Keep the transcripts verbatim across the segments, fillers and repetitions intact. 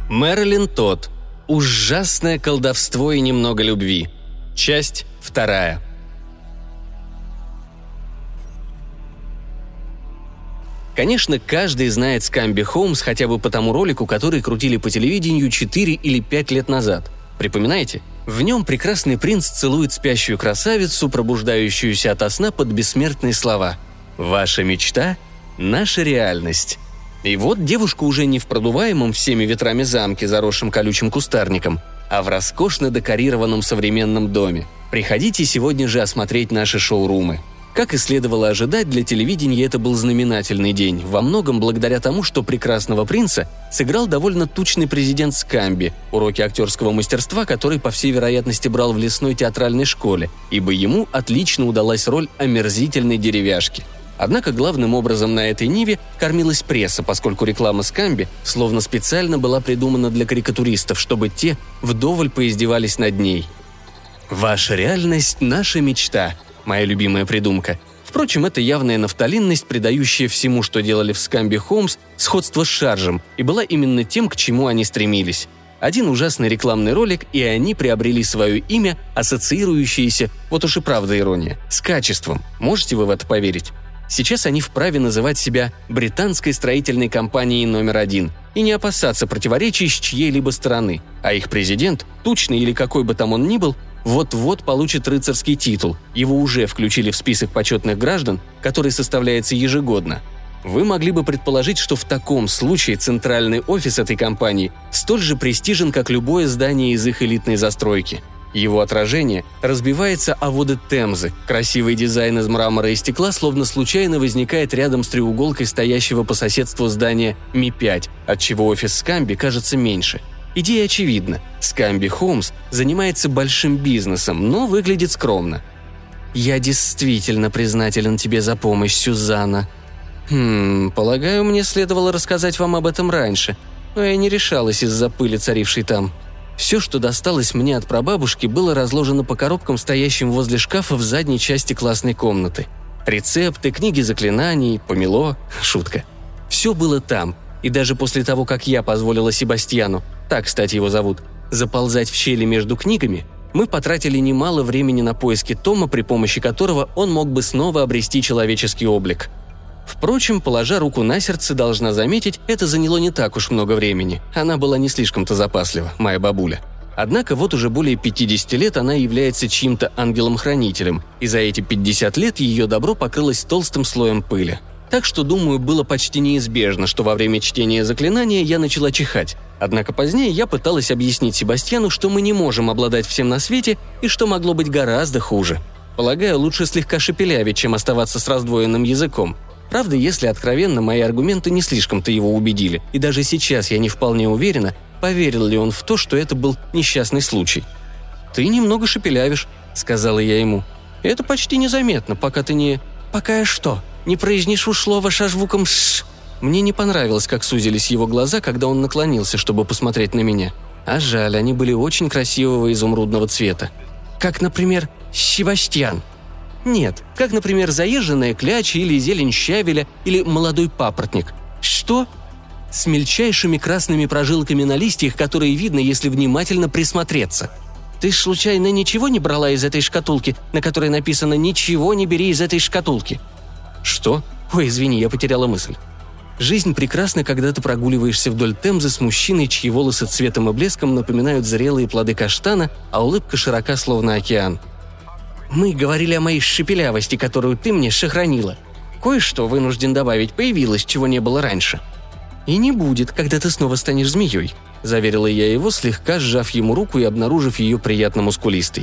Мэрилин Тодд. Ужасное колдовство и немного любви. Часть вторая. Конечно, каждый знает Скамби Холмс хотя бы по тому ролику, который крутили по телевидению четыре или пять лет назад. Припоминаете? В нем прекрасный принц целует спящую красавицу, пробуждающуюся ото сна под бессмертные слова «Ваша мечта – наша реальность». И вот девушка уже не в продуваемом всеми ветрами замке, заросшем колючим кустарником, а в роскошно декорированном современном доме. Приходите сегодня же осмотреть наши шоурумы. Как и следовало ожидать, для телевидения это был знаменательный день, во многом благодаря тому, что прекрасного принца сыграл довольно тучный президент Скамби, уроки актерского мастерства, который, по всей вероятности, брал в лесной театральной школе, ибо ему отлично удалась роль омерзительной деревяшки. Однако главным образом на этой ниве кормилась пресса, поскольку реклама Скамби словно специально была придумана для карикатуристов, чтобы те вдоволь поиздевались над ней. «Ваша реальность – наша мечта», моя любимая придумка. Впрочем, это явная нафталинность, придающая всему, что делали в Скамби Холмс, сходство с шаржем, и была именно тем, к чему они стремились. Один ужасный рекламный ролик, и они приобрели свое имя, ассоциирующееся, вот уж и правда ирония, с качеством. Можете вы в это поверить? Сейчас они вправе называть себя британской строительной компанией номер один и не опасаться противоречий с чьей-либо стороны, а их президент, тучный или какой бы там он ни был, вот-вот получит рыцарский титул. Его уже включили в список почетных граждан, который составляется ежегодно. Вы могли бы предположить, что в таком случае центральный офис этой компании столь же престижен, как любое здание из их элитной застройки. Его отражение разбивается о воды Темзы. Красивый дизайн из мрамора и стекла словно случайно возникает рядом с треуголкой стоящего по соседству здания Ми пять, отчего офис Скамби кажется меньше. Идея очевидна. Скамби Холмс занимается большим бизнесом, но выглядит скромно. «Я действительно признателен тебе за помощь, Сюзанна. Хм, полагаю, мне следовало рассказать вам об этом раньше, но я не решалась из-за пыли, царившей там. Все, что досталось мне от прабабушки, было разложено по коробкам, стоящим возле шкафа в задней части классной комнаты. Рецепты, книги заклинаний, помело, шутка. Все было там, и даже после того, как я позволила Себастьяну, так, кстати, его зовут, заползать в щели между книгами, мы потратили немало времени на поиски тома, при помощи которого он мог бы снова обрести человеческий облик. Впрочем, положа руку на сердце, должна заметить, это заняло не так уж много времени. Она была не слишком-то запаслива, моя бабуля. Однако вот уже более пятидесяти лет она является чьим-то ангелом-хранителем, и за эти пятьдесят лет ее добро покрылось толстым слоем пыли. Так что, думаю, было почти неизбежно, что во время чтения заклинания я начала чихать. Однако позднее я пыталась объяснить Себастьяну, что мы не можем обладать всем на свете и что могло быть гораздо хуже. Полагаю, лучше слегка шепелявить, чем оставаться с раздвоенным языком. Правда, если откровенно, мои аргументы не слишком-то его убедили, и даже сейчас я не вполне уверена, поверил ли он в то, что это был несчастный случай. «Ты немного шепелявишь», — сказала я ему. «Это почти незаметно, пока ты не...» «Пока я что? Не произнесу слово шажвуком «ш». Мне не понравилось, как сузились его глаза, когда он наклонился, чтобы посмотреть на меня. А жаль, они были очень красивого изумрудного цвета. Как, например, Себастьян. Нет, как, например, заезженная кляча или зелень щавеля или молодой папоротник. Что? С мельчайшими красными прожилками на листьях, которые видно, если внимательно присмотреться. Ты случайно ничего не брала из этой шкатулки, на которой написано «Ничего не бери из этой шкатулки»? Что? Ой, извини, я потеряла мысль. Жизнь прекрасна, когда ты прогуливаешься вдоль Темзы с мужчиной, чьи волосы цветом и блеском напоминают зрелые плоды каштана, а улыбка широка, словно океан. Мы говорили о моей шепелявости, которую ты мне сохранила. Кое-что, вынужден добавить, появилось, чего не было раньше. И не будет, когда ты снова станешь змеей, заверила я его, слегка сжав ему руку и обнаружив ее приятно мускулистой.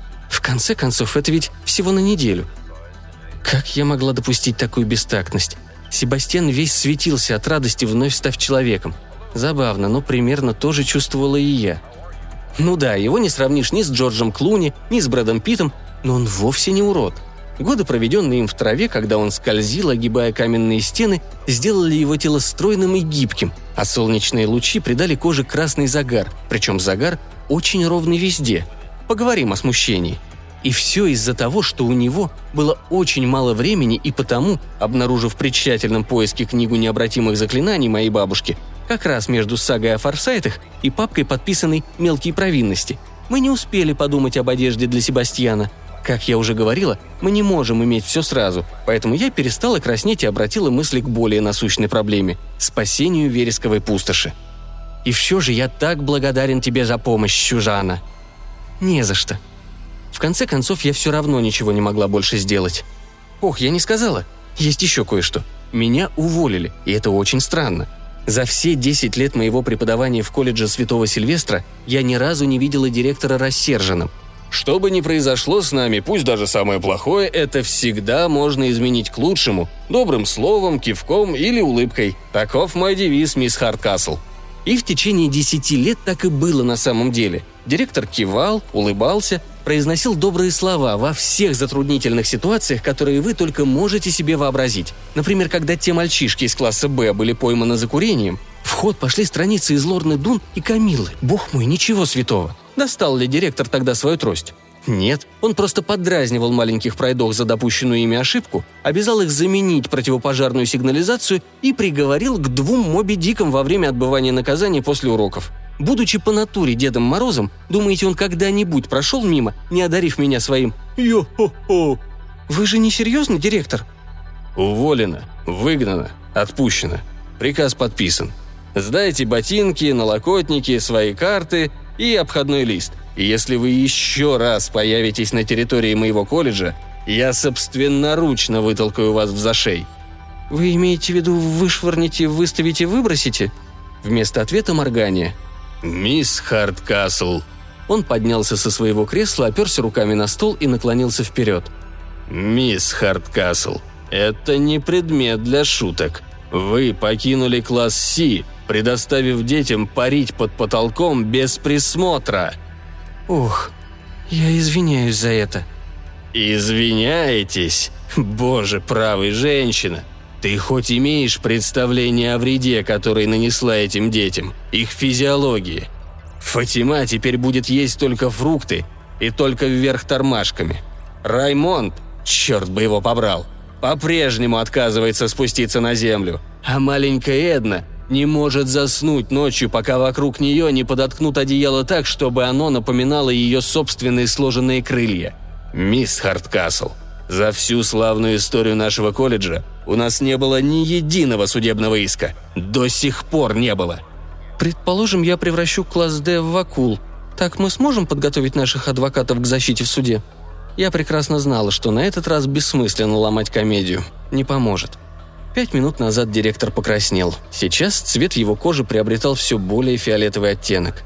В конце концов, это ведь всего на неделю. Как я могла допустить такую бестактность? Себастьян весь светился от радости, вновь став человеком. Забавно, но примерно то же чувствовала и я. Ну да, его не сравнишь ни с Джорджем Клуни, ни с Брэдом Питтом, но он вовсе не урод. Годы, проведенные им в траве, когда он скользил, огибая каменные стены, сделали его тело стройным и гибким, а солнечные лучи придали коже красный загар, причем загар очень ровный везде. Поговорим о смущении. И все из-за того, что у него было очень мало времени, и потому, обнаружив при тщательном поиске книгу необратимых заклинаний моей бабушки, как раз между сагой о Форсайтах и папкой, подписанной «Мелкие провинности». Мы не успели подумать об одежде для Себастьяна. Как я уже говорила, мы не можем иметь все сразу, поэтому я перестала краснеть и обратила мысли к более насущной проблеме – спасению вересковой пустоши. И все же я так благодарен тебе за помощь, Сюзанна. Не за что. В конце концов, я все равно ничего не могла больше сделать. Ох, я не сказала. Есть еще кое-что. Меня уволили, и это очень странно. За все десять лет моего преподавания в колледже Святого Сильвестра я ни разу не видела директора рассерженным. Что бы ни произошло с нами, пусть даже самое плохое, это всегда можно изменить к лучшему, добрым словом, кивком или улыбкой. Таков мой девиз, мисс Хардкасл. И в течение десяти лет так и было на самом деле. Директор кивал, улыбался, произносил добрые слова во всех затруднительных ситуациях, которые вы только можете себе вообразить. Например, когда те мальчишки из класса «Б» были пойманы за курением, в ход пошли страницы из Лорны Дун и Камиллы. Бог мой, ничего святого. Достал ли директор тогда свою трость? Нет, он просто поддразнивал маленьких пройдох за допущенную ими ошибку, обязал их заменить противопожарную сигнализацию и приговорил к двум Моби-Дикам во время отбывания наказания после уроков. Будучи по натуре Дедом Морозом, думаете, он когда-нибудь прошел мимо, не одарив меня своим «Йо-хо-хо»? Вы же не серьезный, директор? Уволено, выгнано, отпущено. Приказ подписан. Сдайте ботинки, налокотники, свои карты и обходной лист. И если вы еще раз появитесь на территории моего колледжа, я собственноручно вытолкаю вас в зашей». «Вы имеете в виду вышвырнете, выставите, выбросите?» Вместо ответа моргание. «Мисс Хардкасл». Он поднялся со своего кресла, оперся руками на стол и наклонился вперед. «Мисс Хардкасл, это не предмет для шуток. Вы покинули класс Си, предоставив детям парить под потолком без присмотра». «Ох, я извиняюсь за это». «Извиняетесь? Боже правый, женщина! Ты хоть имеешь представление о вреде, который нанесла этим детям, их физиологии? Фатима теперь будет есть только фрукты и только вверх тормашками. Раймонд, черт бы его побрал, по-прежнему отказывается спуститься на землю, а маленькая Эдна не может заснуть ночью, пока вокруг нее не подоткнут одеяло так, чтобы оно напоминало ее собственные сложенные крылья. Мисс Хардкасл, за всю славную историю нашего колледжа у нас не было ни единого судебного иска. До сих пор не было». «Предположим, я превращу класс Д в акул. Так мы сможем подготовить наших адвокатов к защите в суде?» Я прекрасно знала, что на этот раз бессмысленно ломать комедию. Не поможет. Пять минут назад директор покраснел. Сейчас цвет его кожи приобретал все более фиолетовый оттенок.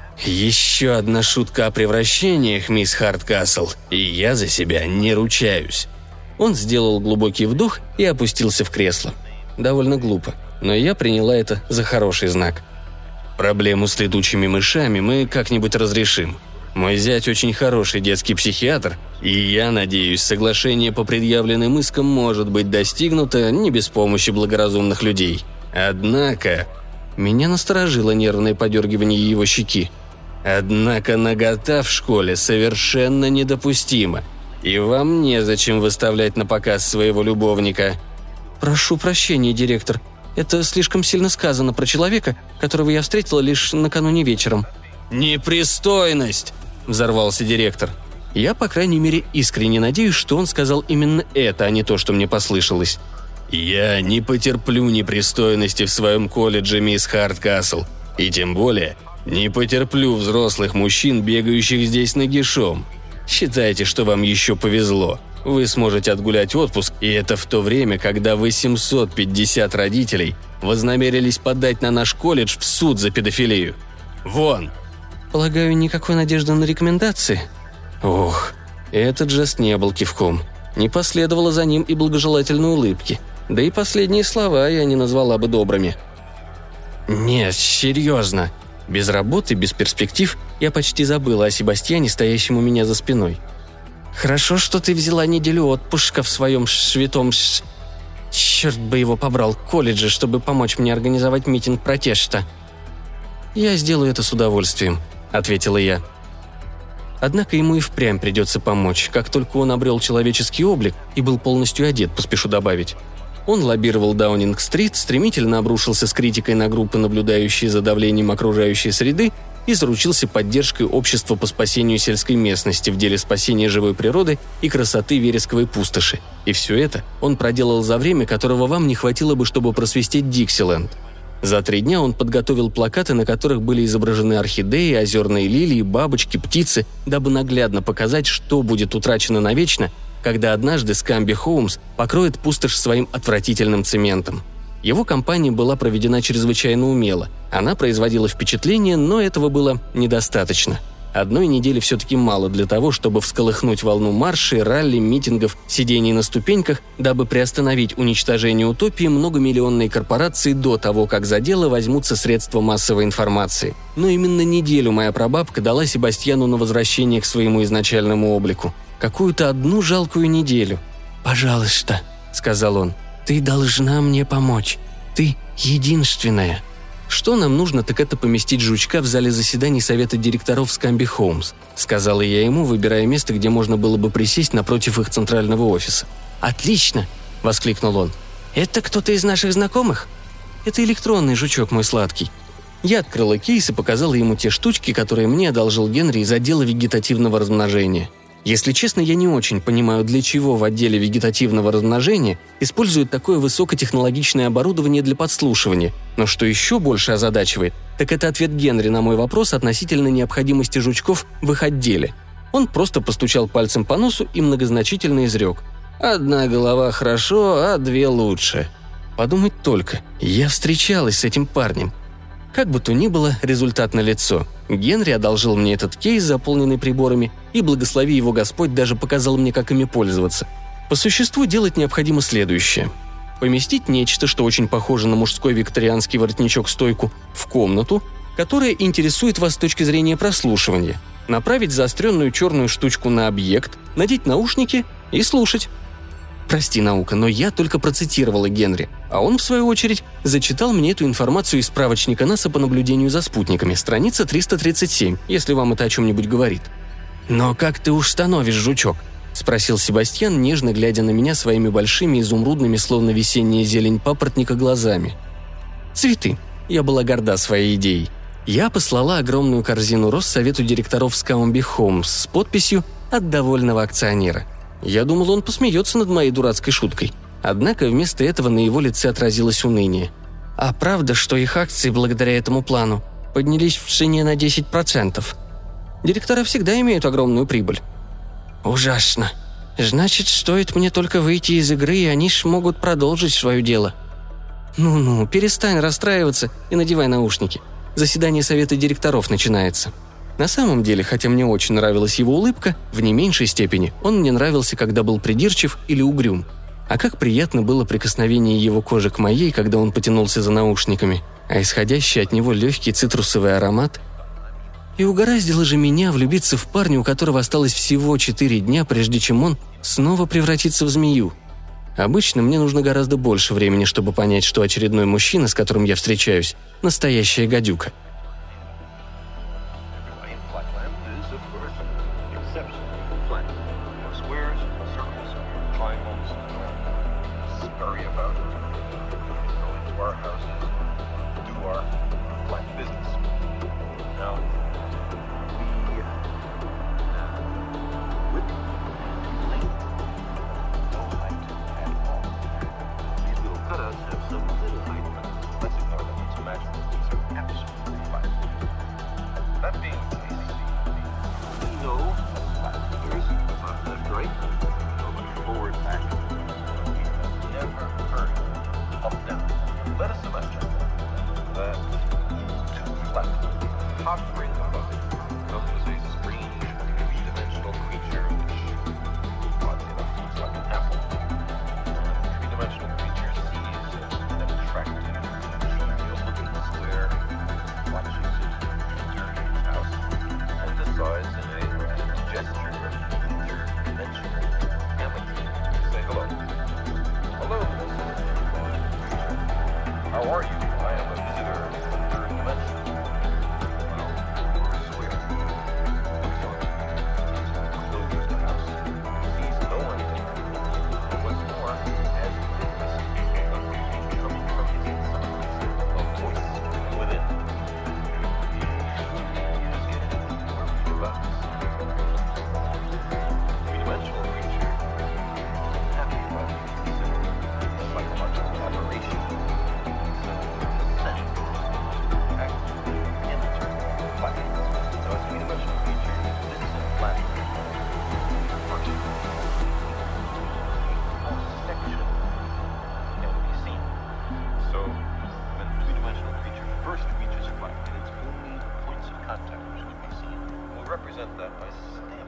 «Еще одна шутка о превращениях, мисс Хардкасл, и я за себя не ручаюсь». Он сделал глубокий вдох и опустился в кресло. Довольно глупо, но я приняла это за хороший знак. «Проблему с летучими мышами мы как-нибудь разрешим. Мой зять очень хороший детский психиатр, и я надеюсь, соглашение по предъявленным искам может быть достигнуто не без помощи благоразумных людей. Однако...» Меня насторожило нервное подергивание его щеки. «Однако нагота в школе совершенно недопустима, и вам незачем выставлять на показ своего любовника». «Прошу прощения, директор. Это слишком сильно сказано про человека, которого я встретила лишь накануне вечером». «Непристойность!» – взорвался директор. Я, по крайней мере, искренне надеюсь, что он сказал именно это, а не то, что мне послышалось. «Я не потерплю непристойности в своем колледже, мисс Хардкасл, и тем более не потерплю взрослых мужчин, бегающих здесь нагишом. Считайте, что вам еще повезло. Вы сможете отгулять отпуск, и это в то время, когда восемьсот пятьдесят родителей вознамерились подать на наш колледж в суд за педофилию. Вон!» «Полагаю, никакой надежды на рекомендации?» Ох, этот жест не был кивком. Не последовало за ним и благожелательной улыбки. Да и последние слова я не назвала бы добрыми. «Нет, серьезно. Без работы, без перспектив я почти забыла о Себастьяне, стоящем у меня за спиной. Хорошо, что ты взяла неделю отпуска в своем святом ш... Черт бы его побрал, колледже, чтобы помочь мне организовать митинг протеста». «Я сделаю это с удовольствием», — ответила я. Однако ему и впрямь придется помочь, как только он обрел человеческий облик и был полностью одет, поспешу добавить. Он лоббировал Даунинг-стрит, стремительно обрушился с критикой на группы, наблюдающие за давлением окружающей среды, и заручился поддержкой общества по спасению сельской местности в деле спасения живой природы и красоты вересковой пустоши. И все это он проделал за время, которого вам не хватило бы, чтобы просвистеть Диксиленд. За три дня он подготовил плакаты, на которых были изображены орхидеи, озерные лилии, бабочки, птицы, дабы наглядно показать, что будет утрачено навечно, когда однажды Скамби Хоумс покроет пустошь своим отвратительным цементом. Его кампания была проведена чрезвычайно умело. Она производила впечатление, но этого было недостаточно. Одной недели все-таки мало для того, чтобы всколыхнуть волну маршей, ралли, митингов, сидений на ступеньках, дабы приостановить уничтожение утопии многомиллионной корпорации до того, как за дело возьмутся средства массовой информации. Но именно неделю моя прабабка дала Себастьяну на возвращение к своему изначальному облику. Какую-то одну жалкую неделю. «Пожалуйста», — сказал он, — «ты должна мне помочь. Ты единственная». «Что нам нужно, так это поместить жучка в зале заседаний совета директоров Скамби Хоумс», — сказала я ему, выбирая место, где можно было бы присесть напротив их центрального офиса. «Отлично!» — воскликнул он. «Это кто-то из наших знакомых?» «Это электронный жучок, мой сладкий». Я открыла кейс и показала ему те штучки, которые мне одолжил Генри из отдела вегетативного размножения. Если честно, я не очень понимаю, для чего в отделе вегетативного размножения используют такое высокотехнологичное оборудование для подслушивания, но что еще больше озадачивает, так это ответ Генри на мой вопрос относительно необходимости жучков в их отделе. Он просто постучал пальцем по носу и многозначительно изрек: «Одна голова хорошо, а две лучше». Подумать только, я встречалась с этим парнем. Как бы то ни было, результат налицо. Генри одолжил мне этот кейс, заполненный приборами, и, благослови его Господь, даже показал мне, как ими пользоваться. По существу делать необходимо следующее. Поместить нечто, что очень похоже на мужской викторианский воротничок-стойку, в комнату, которая интересует вас с точки зрения прослушивания, направить заостренную черную штучку на объект, надеть наушники и слушать. Прости, наука, но я только процитировала Генри, а он, в свою очередь, зачитал мне эту информацию из справочника НАСА по наблюдению за спутниками, страница триста тридцать семь, если вам это о чем-нибудь говорит. «Но как ты установишь жучок?» – спросил Себастьян, нежно глядя на меня своими большими изумрудными, словно весенняя зелень папоротника, глазами. «Цветы». Я была горда своей идеей. Я послала огромную корзину роз совету директоров Скамби Хоумс с подписью «От довольного акционера». Я думал, он посмеется над моей дурацкой шуткой. Однако вместо этого на его лице отразилось уныние. «А правда, что их акции благодаря этому плану поднялись в цене на десять процентов? Директора всегда имеют огромную прибыль». «Ужасно. Значит, стоит мне только выйти из игры, и они смогут продолжить свое дело». «Ну-ну, перестань расстраиваться и надевай наушники. Заседание совета директоров начинается». На самом деле, хотя мне очень нравилась его улыбка, в не меньшей степени он мне нравился, когда был придирчив или угрюм. А как приятно было прикосновение его кожи к моей, когда он потянулся за наушниками, а исходящий от него легкий цитрусовый аромат. И угораздило же меня влюбиться в парня, у которого осталось всего четыре дня, прежде чем он снова превратится в змею. Обычно мне нужно гораздо больше времени, чтобы понять, что очередной мужчина, с которым я встречаюсь, настоящая гадюка. coisa da paz.